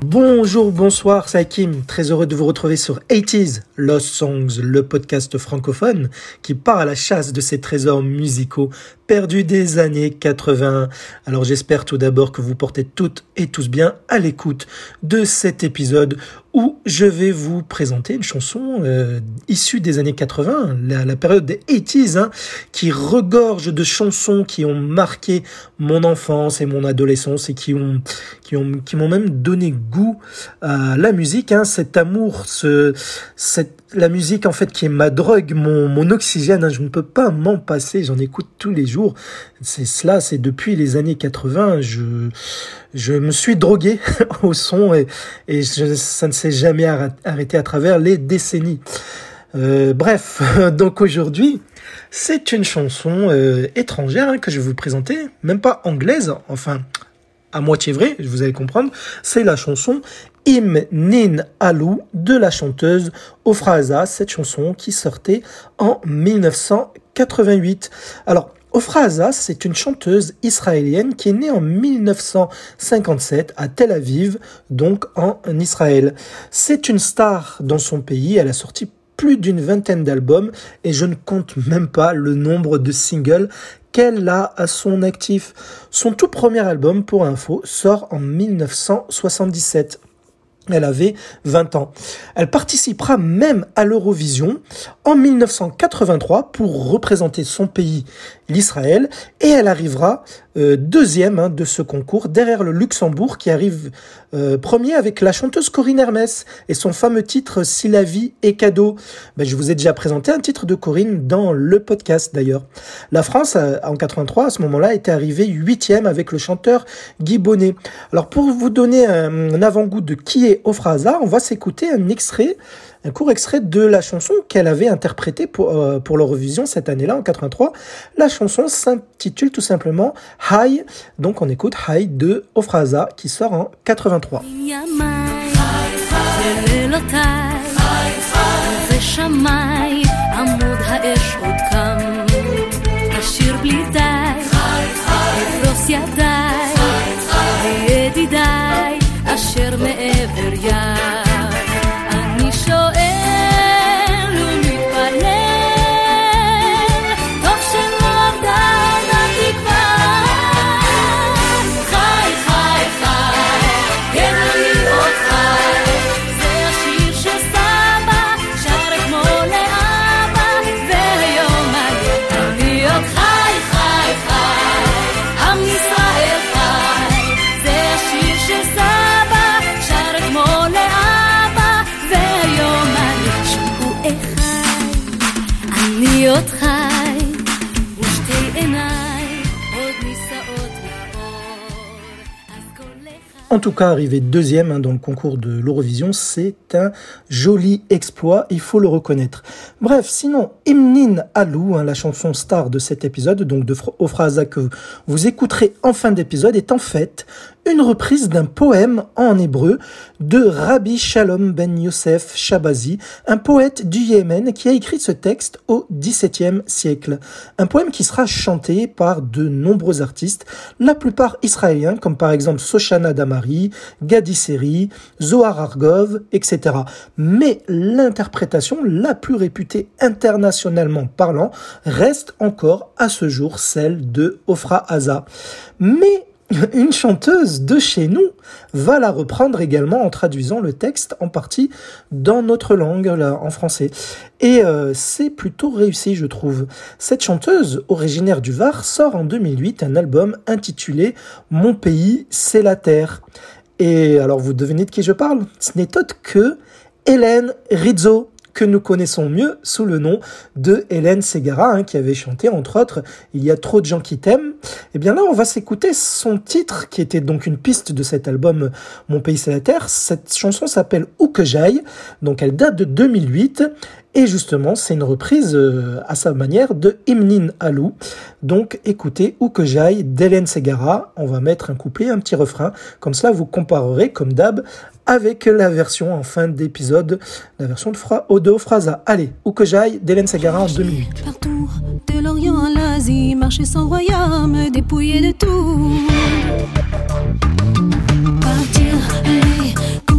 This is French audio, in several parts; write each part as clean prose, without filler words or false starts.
Bonjour, bonsoir, c'est Hakim, très heureux de vous retrouver sur 80s Lost Songs, le podcast francophone qui part à la chasse de ces trésors musicaux perdus des années 80. Alors j'espère tout d'abord que vous portez toutes et tous bien à l'écoute de cet épisode où je vais vous présenter une chanson issue des années 80, la période des 80s, qui regorge de chansons qui ont marqué mon enfance et mon adolescence et qui m'ont même donné goût à la musique, cet amour, la musique en fait qui est ma drogue, mon oxygène, je ne peux pas m'en passer, j'en écoute tous les jours. C'est depuis les années 80, je me suis drogué au son et ça ne s'est jamais arrêté à travers les décennies. Bref, donc aujourd'hui, c'est une chanson étrangère que je vais vous présenter, même pas anglaise, enfin à moitié vrai, vous allez comprendre. C'est la chanson Im Nin Alou de la chanteuse Ofra Haza, cette chanson qui sortait en 1988. Alors, Ofra Haza, c'est une chanteuse israélienne qui est née en 1957 à Tel Aviv, donc en Israël. C'est une star dans son pays, elle a sorti plus d'une vingtaine d'albums et je ne compte même pas le nombre de singles qu'elle a à son actif. Son tout premier album, pour info, sort en 1977. Elle avait 20 ans. Elle participera même à l'Eurovision en 1983 pour représenter son pays, l'Israël, et elle arrivera deuxième de ce concours, derrière le Luxembourg qui arrive premier avec la chanteuse Corinne Hermès et son fameux titre « Si la vie est cadeau ». Je vous ai déjà présenté un titre de Corinne dans le podcast d'ailleurs. La France, en 83, à ce moment-là, était arrivée 8e avec le chanteur Guy Bonnet. Alors pour vous donner un avant-goût de qui est Ofra Haza, on va s'écouter un court extrait de la chanson qu'elle avait interprétée pour l'Eurovision cette année-là, en 83. La chanson s'intitule tout simplement High. Donc on écoute High de Ofra Haza qui sort en 83. En tout cas, arriver deuxième dans le concours de l'Eurovision, c'est un joli exploit, il faut le reconnaître. Bref, sinon, Im Nin Alou, la chanson star de cet épisode, donc de Ofra Haza que vous écouterez en fin d'épisode, est en fait une reprise d'un poème en hébreu de Rabbi Shalom ben Yosef Shabazi, un poète du Yémen qui a écrit ce texte au XVIIe siècle. Un poème qui sera chanté par de nombreux artistes, la plupart israéliens, comme par exemple Shoshana Damari, Gadi Seri, Zohar Argov, etc. Mais l'interprétation la plus réputée internationalement parlant reste encore à ce jour celle de Ofra Haza. Mais une chanteuse de chez nous va la reprendre également en traduisant le texte en partie dans notre langue, là, en français. Et c'est plutôt réussi, je trouve. Cette chanteuse, originaire du Var, sort en 2008 un album intitulé « Mon pays, c'est la terre ». Et alors, vous devinez de qui je parle ? Ce n'est autre que Hélène Rizzo, que nous connaissons mieux sous le nom de Hélène Ségara, qui avait chanté, entre autres, « Il y a trop de gens qui t'aiment ». Et bien là, on va s'écouter son titre, qui était donc une piste de cet album « Mon pays, c'est la terre ». Cette chanson s'appelle « Où que j'aille », donc elle date de 2008, et justement, c'est une reprise à sa manière de Im Nin Alou. Donc écoutez « Où que j'aille » d'Hélène Ségara. On va mettre un couplet, un petit refrain, comme cela vous comparerez, comme d'hab, avec la version en fin d'épisode, la version de Ofra Haza. Allez, Où que j'aille d'Hélène Ségara en 2008. Partout, de l'Orient à l'Asie, marcher sans royaume, dépouillé de tout. Partir, aller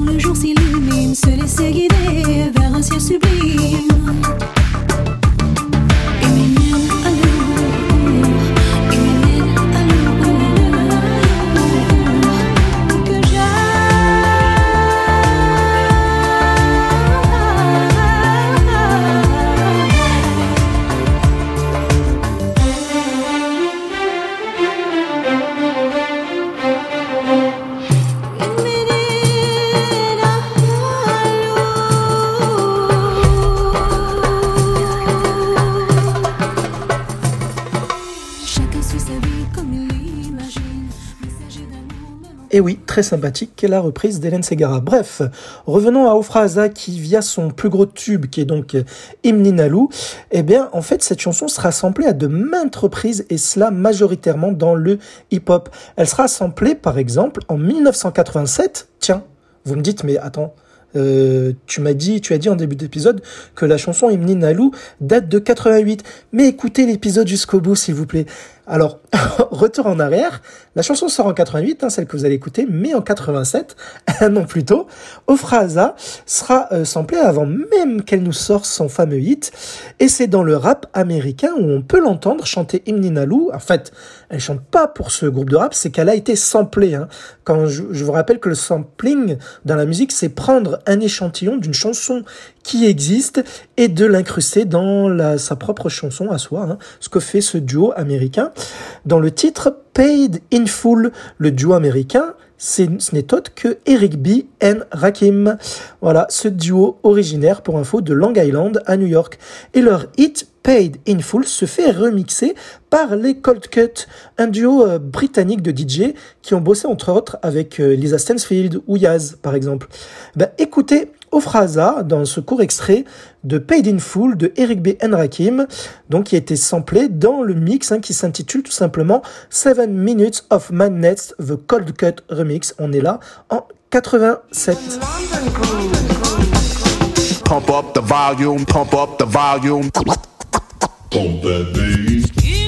Et oui, très sympathique, la reprise d'Hélène Ségara. Bref, revenons à Ofra Haza qui, via son plus gros tube, qui est donc Imnin Alou, eh bien, en fait, cette chanson sera samplée à de maintes reprises, et cela majoritairement dans le hip-hop. Elle sera samplée, par exemple, en 1987. Tiens, vous me dites, mais attends, tu as dit en début d'épisode que la chanson Imnin Alou date de 88. Mais écoutez l'épisode jusqu'au bout, s'il vous plaît. Alors, retour en arrière, la chanson sort en 88, celle que vous allez écouter, mais en 87, un an plus tôt, Ofra Haza sera samplée avant même qu'elle nous sorte son fameux hit, et c'est dans le rap américain où on peut l'entendre chanter Imnin Alou. En fait, elle chante pas pour ce groupe de rap, c'est qu'elle a été samplée. Quand je vous rappelle que le sampling dans la musique, c'est prendre un échantillon d'une chanson qui existe et de l'incruster dans sa propre chanson à soi, ce que fait ce duo américain. Dans le titre Paid in Full, le duo américain, ce n'est autre que Eric B. and Rakim. Voilà, ce duo originaire, pour info, de Long Island à New York. Et leur hit Paid in Full se fait remixer par les Cold Cut, un duo britannique de DJ qui ont bossé entre autres avec Lisa Stansfield ou Yaz, par exemple. Écoutez Ofra Haza dans ce court extrait de Paid in Full de Eric B. and Rakim, donc qui a été samplé dans le mix qui s'intitule tout simplement 7 Minutes of Madness, The Cold Cut Remix. On est là en 87. Pump up the volume, pump up the volume. Pump that bass.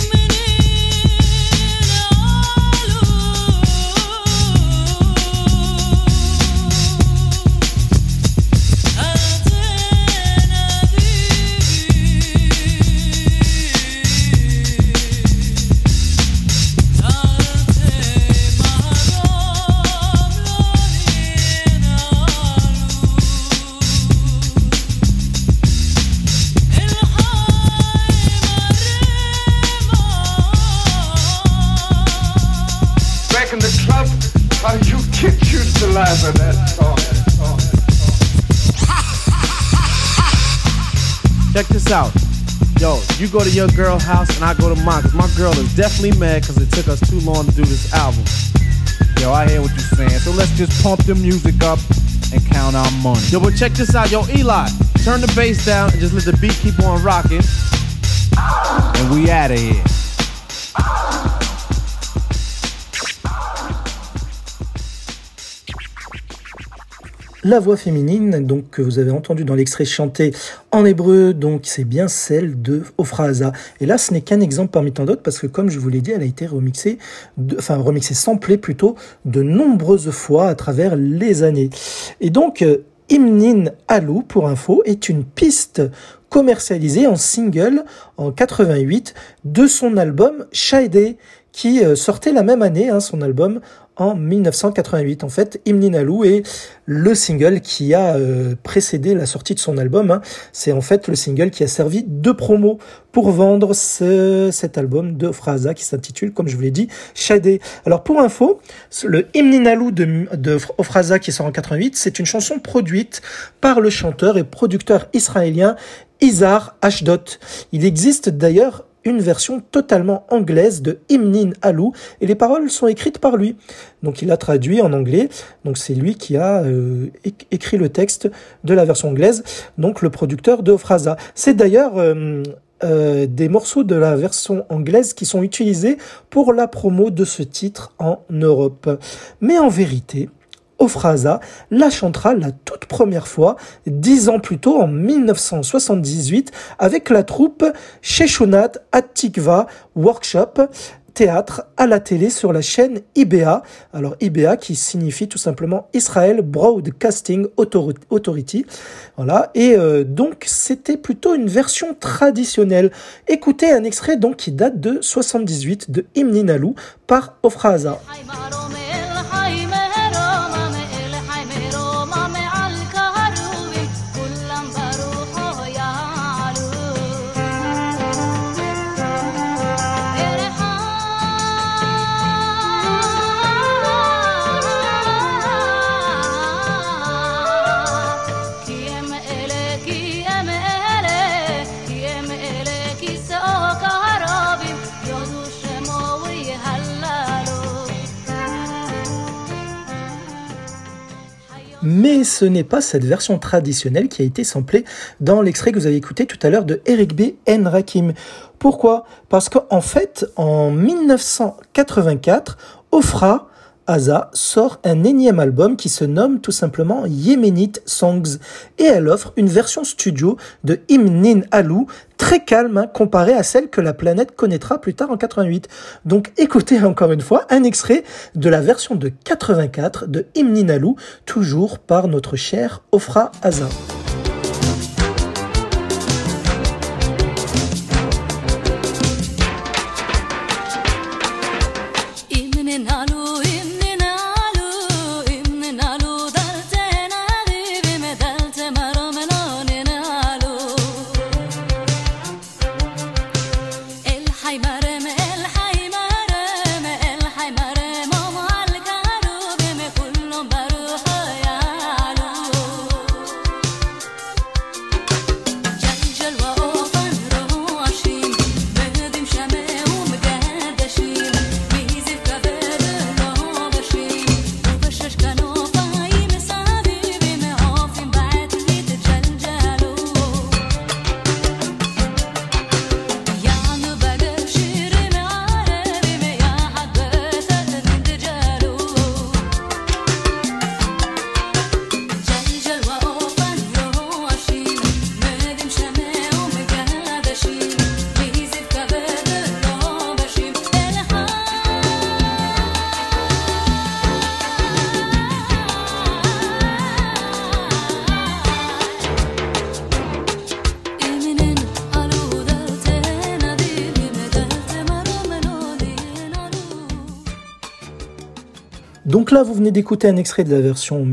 Check this out. Yo, you go to your girl's house and I go to mine, cause my girl is definitely mad cause it took us too long to do this album. Yo, I hear what you're saying, so let's just pump the music up and count our money. Yo, but check this out. Yo, Eli, turn the bass down and just let the beat keep on rocking. And we outta here. La voix féminine, donc, que vous avez entendue dans l'extrait chanté en hébreu, donc c'est bien celle de Ofra Haza. Et là, ce n'est qu'un exemple parmi tant d'autres, parce que comme je vous l'ai dit, elle a été samplée plutôt, de nombreuses fois à travers les années. Et donc, Imnin Alou, pour info, est une piste commercialisée en single en 88 de son album Shahedeh, qui sortait la même année, son album en 1988. En fait, Imnin Alou est le single qui a précédé la sortie de son album. C'est en fait le single qui a servi de promo pour vendre cet album de Ofra Haza qui s'intitule, comme je vous l'ai dit, Shahedeh. Alors pour info, le Imnin Alou de Ofra Haza qui sort en 88, c'est une chanson produite par le chanteur et producteur israélien Izhar Ashdod. Il existe d'ailleurs une version totalement anglaise de Imnin Alou et les paroles sont écrites par lui. Donc il a traduit en anglais, donc c'est lui qui a écrit le texte de la version anglaise, donc le producteur de Ofra Haza. C'est d'ailleurs des morceaux de la version anglaise qui sont utilisés pour la promo de ce titre en Europe. Mais en vérité, Ofra Haza la chantera la toute première fois 10 ans plus tôt en 1978 avec la troupe Sheshonat Hatikva Workshop, théâtre à la télé sur la chaîne IBA. Alors IBA qui signifie tout simplement Israel Broadcasting Authority. Voilà. Et donc c'était plutôt une version traditionnelle. Écoutez un extrait donc qui date de 78 de Imnin Alou par Ofra Haza. Mais ce n'est pas cette version traditionnelle qui a été samplée dans l'extrait que vous avez écouté tout à l'heure de Eric B. and Rakim. Pourquoi ? Parce qu'en fait, en 1984, Ofra Haza sort un énième album qui se nomme tout simplement Yemenite Songs et elle offre une version studio de Imnin Alou très calme comparée à celle que la planète connaîtra plus tard en 88. Donc écoutez encore une fois un extrait de la version de 84 de Imnin Alou, toujours par notre cher Ofra Haza. Donc là, vous venez d'écouter un extrait de la version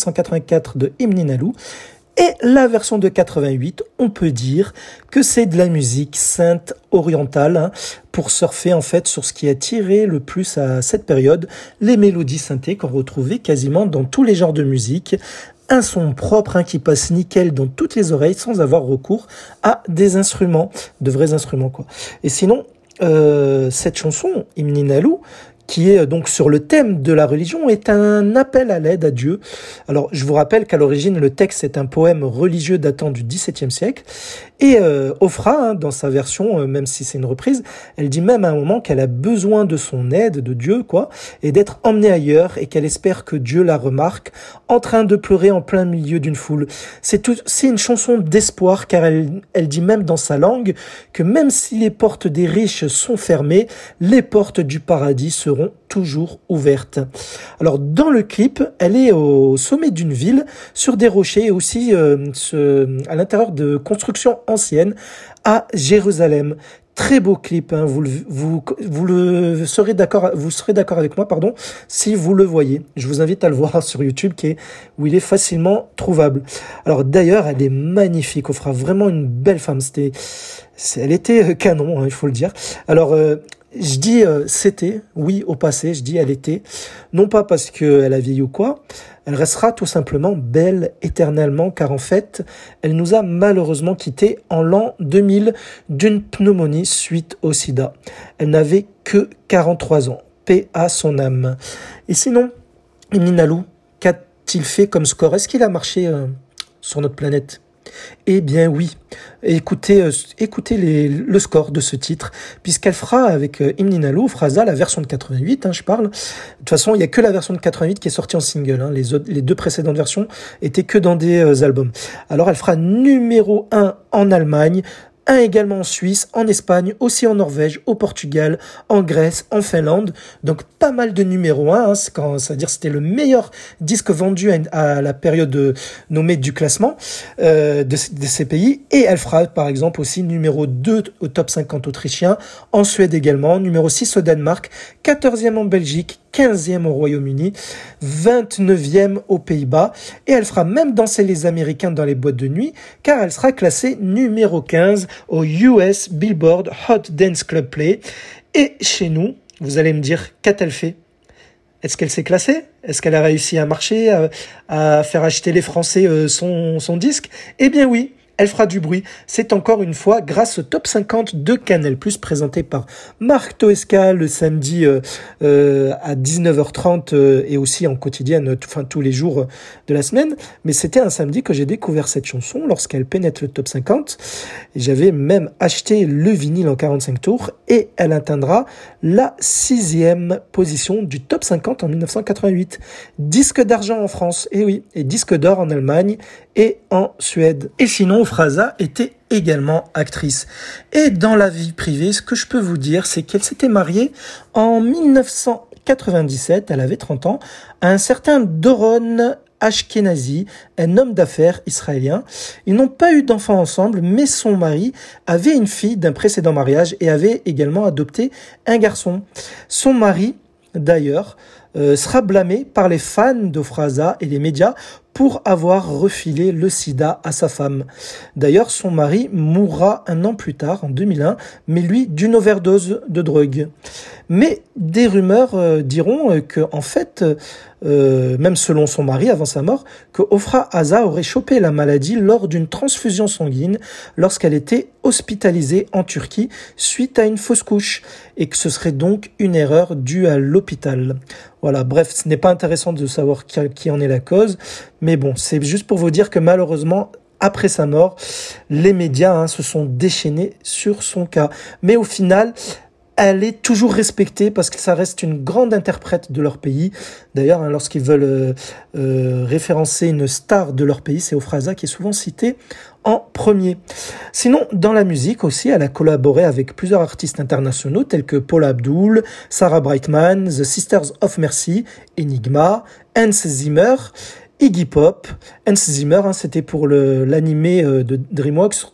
1984 de Imnin Alou. Et la version de 88, on peut dire que c'est de la musique sainte orientale pour surfer en fait sur ce qui a tiré le plus à cette période, les mélodies synthées qu'on retrouvait quasiment dans tous les genres de musique. Un son propre qui passe nickel dans toutes les oreilles sans avoir recours à des instruments, de vrais instruments quoi. Et sinon, cette chanson, Imnin Alou, qui est donc sur le thème de la religion, est un appel à l'aide à Dieu. Alors, je vous rappelle qu'à l'origine, le texte est un poème religieux datant du XVIIe siècle. Et Ofra, dans sa version, même si c'est une reprise, elle dit même à un moment qu'elle a besoin de son aide, de Dieu, quoi, et d'être emmenée ailleurs, et qu'elle espère que Dieu la remarque, en train de pleurer en plein milieu d'une foule. C'est une chanson d'espoir, car elle dit même dans sa langue que même si les portes des riches sont fermées, les portes du paradis seront toujours ouvertes. Alors dans le clip, elle est au sommet d'une ville, sur des rochers et aussi à l'intérieur de constructions anciennes à Jérusalem. Très beau clip, hein. Vous serez d'accord avec moi, pardon, si vous le voyez. Je vous invite à le voir sur YouTube, où il est facilement trouvable. Alors d'ailleurs, elle est magnifique. On fera vraiment une belle femme. Elle était canon, hein, il faut le dire. Alors je dis c'était, oui au passé, je dis elle était, non pas parce qu'elle a vieilli ou quoi, elle restera tout simplement belle éternellement, car en fait, elle nous a malheureusement quittés en l'an 2000 d'une pneumonie suite au sida. Elle n'avait que 43 ans, paix à son âme. Et sinon, Imnin Alou, qu'a-t-il fait comme score ? Est-ce qu'il a marché sur notre planète ? Eh bien oui, écoutez le score de ce titre, puisqu'elle fera avec Imnin Alou, Fraza, la version de 88, je parle. De toute façon, il n'y a que la version de 88 qui est sortie en single. Les deux précédentes versions étaient que dans des albums. Alors elle fera numéro 1 en Allemagne, un également en Suisse, en Espagne, aussi en Norvège, au Portugal, en Grèce, en Finlande. Donc pas mal de numéro 1, c'est-à-dire c'était le meilleur disque vendu à la période nommée du classement de ces pays. Et elle fera par exemple aussi numéro 2 au top 50 autrichien, en Suède également, numéro 6 au Danemark, 14e en Belgique, 15e au Royaume-Uni, 29e aux Pays-Bas, et elle fera même danser les Américains dans les boîtes de nuit, car elle sera classée numéro 15 au US Billboard Hot Dance Club Play. Et chez nous, vous allez me dire, qu'a-t-elle fait ? Est-ce qu'elle s'est classée ? Est-ce qu'elle a réussi à marcher, à faire acheter les Français son disque ? Eh bien oui, elle fera du bruit. C'est encore une fois grâce au Top 50 de Canal+, présenté par Marc Toesca le samedi à 19h30 et aussi en quotidienne, tous les jours de la semaine. Mais c'était un samedi que j'ai découvert cette chanson lorsqu'elle pénètre le Top 50. Et j'avais même acheté le vinyle en 45 tours et elle atteindra la 6e position du Top 50 en 1988. Disque d'argent en France, et oui, et disque d'or en Allemagne et en Suède. Et sinon, Ofra était également actrice. Et dans la vie privée, ce que je peux vous dire, c'est qu'elle s'était mariée en 1997, elle avait 30 ans, à un certain Doron Ashkenazi, un homme d'affaires israélien. Ils n'ont pas eu d'enfants ensemble, mais son mari avait une fille d'un précédent mariage et avait également adopté un garçon. Son mari, d'ailleurs, sera blâmé par les fans d'Ofra et les médias pour avoir refilé le sida à sa femme. D'ailleurs, son mari mourra un an plus tard, en 2001, mais lui d'une overdose de drogue. Mais des rumeurs diront que, en fait, même selon son mari avant sa mort, que Ofra aurait chopé la maladie lors d'une transfusion sanguine lorsqu'elle était hospitalisée en Turquie suite à une fausse couche et que ce serait donc une erreur due à l'hôpital. Voilà, bref, ce n'est pas intéressant de savoir qui en est la cause, mais bon, c'est juste pour vous dire que malheureusement, après sa mort, les médias se sont déchaînés sur son cas. Mais au final, elle est toujours respectée parce que ça reste une grande interprète de leur pays. D'ailleurs, lorsqu'ils veulent référencer une star de leur pays, c'est Ofra qui est souvent citée en premier. Sinon, dans la musique aussi, elle a collaboré avec plusieurs artistes internationaux tels que Paula Abdul, Sarah Brightman, The Sisters of Mercy, Enigma, Hans Zimmer, Iggy Pop. Hans Zimmer, c'était pour l'animé de DreamWorks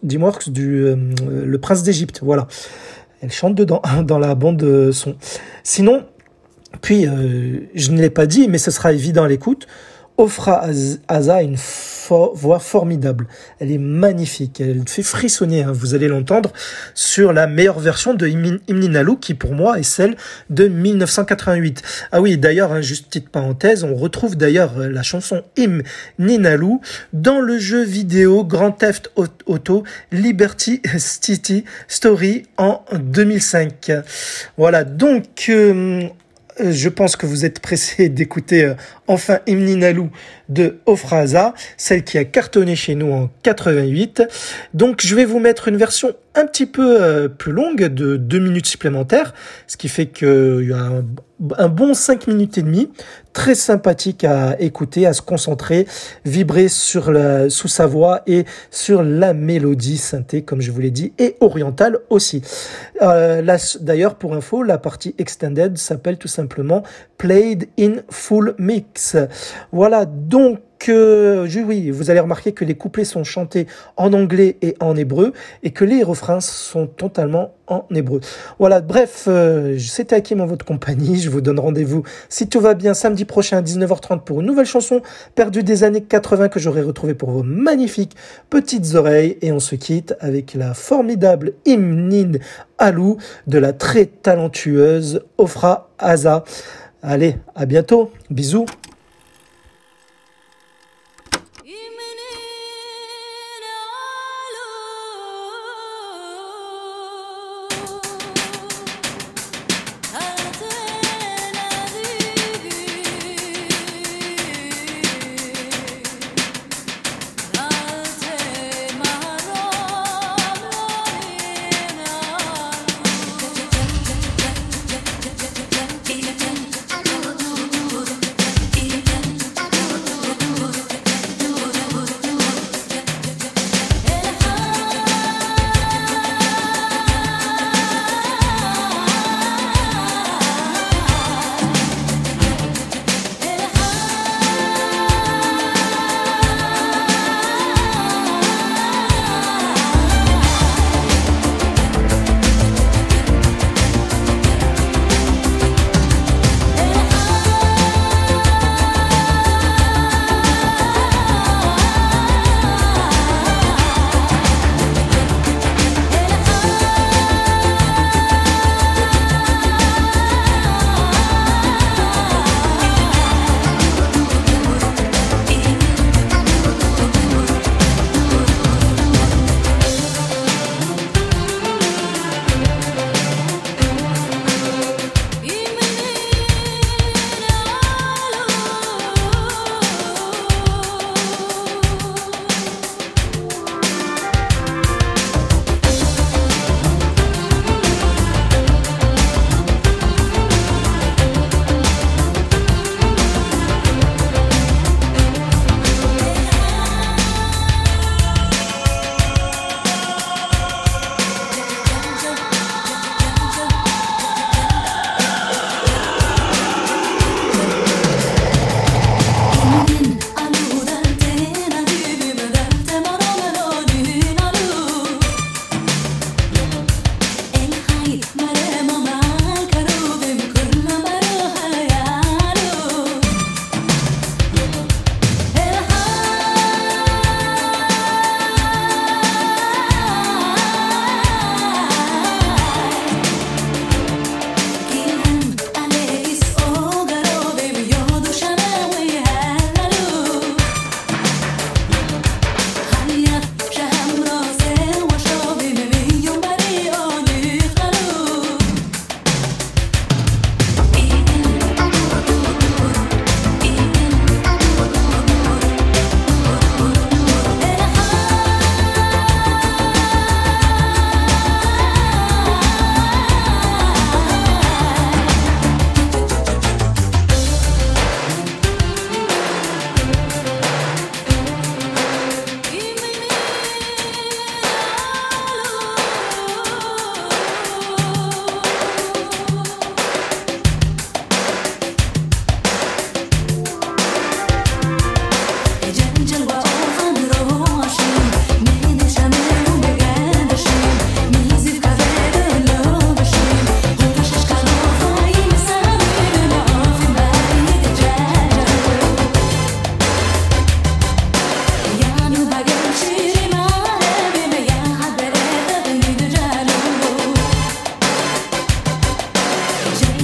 Le Prince d'Égypte. Voilà. Elle chante dedans, dans la bande son. Sinon, puis, je ne l'ai pas dit, mais ce sera évident à l'écoute, Ofra a une voix formidable. Elle est magnifique. Elle fait frissonner, vous allez l'entendre, sur la meilleure version de Imninalu, qui pour moi est celle de 1988. Ah oui, d'ailleurs, juste petite parenthèse, on retrouve d'ailleurs la chanson Imninalu dans le jeu vidéo Grand Theft Auto Liberty City Story en 2005. Voilà, donc... je pense que vous êtes pressés d'écouter enfin Imninalu de Ofra, celle qui a cartonné chez nous en 88. Donc je vais vous mettre une version un petit peu plus longue de 2 minutes supplémentaires, ce qui fait qu'il y a un bon 5 minutes et demie, très sympathique à écouter, à se concentrer, vibrer sous sa voix et sur la mélodie synthé, comme je vous l'ai dit, et orientale aussi. Là, d'ailleurs, pour info, la partie extended s'appelle tout simplement Played in Full Mix. Voilà, donc oui, vous allez remarquer que les couplets sont chantés en anglais et en hébreu et que les refrains sont totalement en hébreu. Voilà, bref, c'était Hakim en votre compagnie. Je vous donne rendez-vous, si tout va bien, samedi prochain à 19h30 pour une nouvelle chanson perdue des années 80 que j'aurai retrouvée pour vos magnifiques petites oreilles. Et on se quitte avec la formidable Imninalu de la très talentueuse Ofra. Allez, à bientôt. Bisous.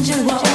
change your world.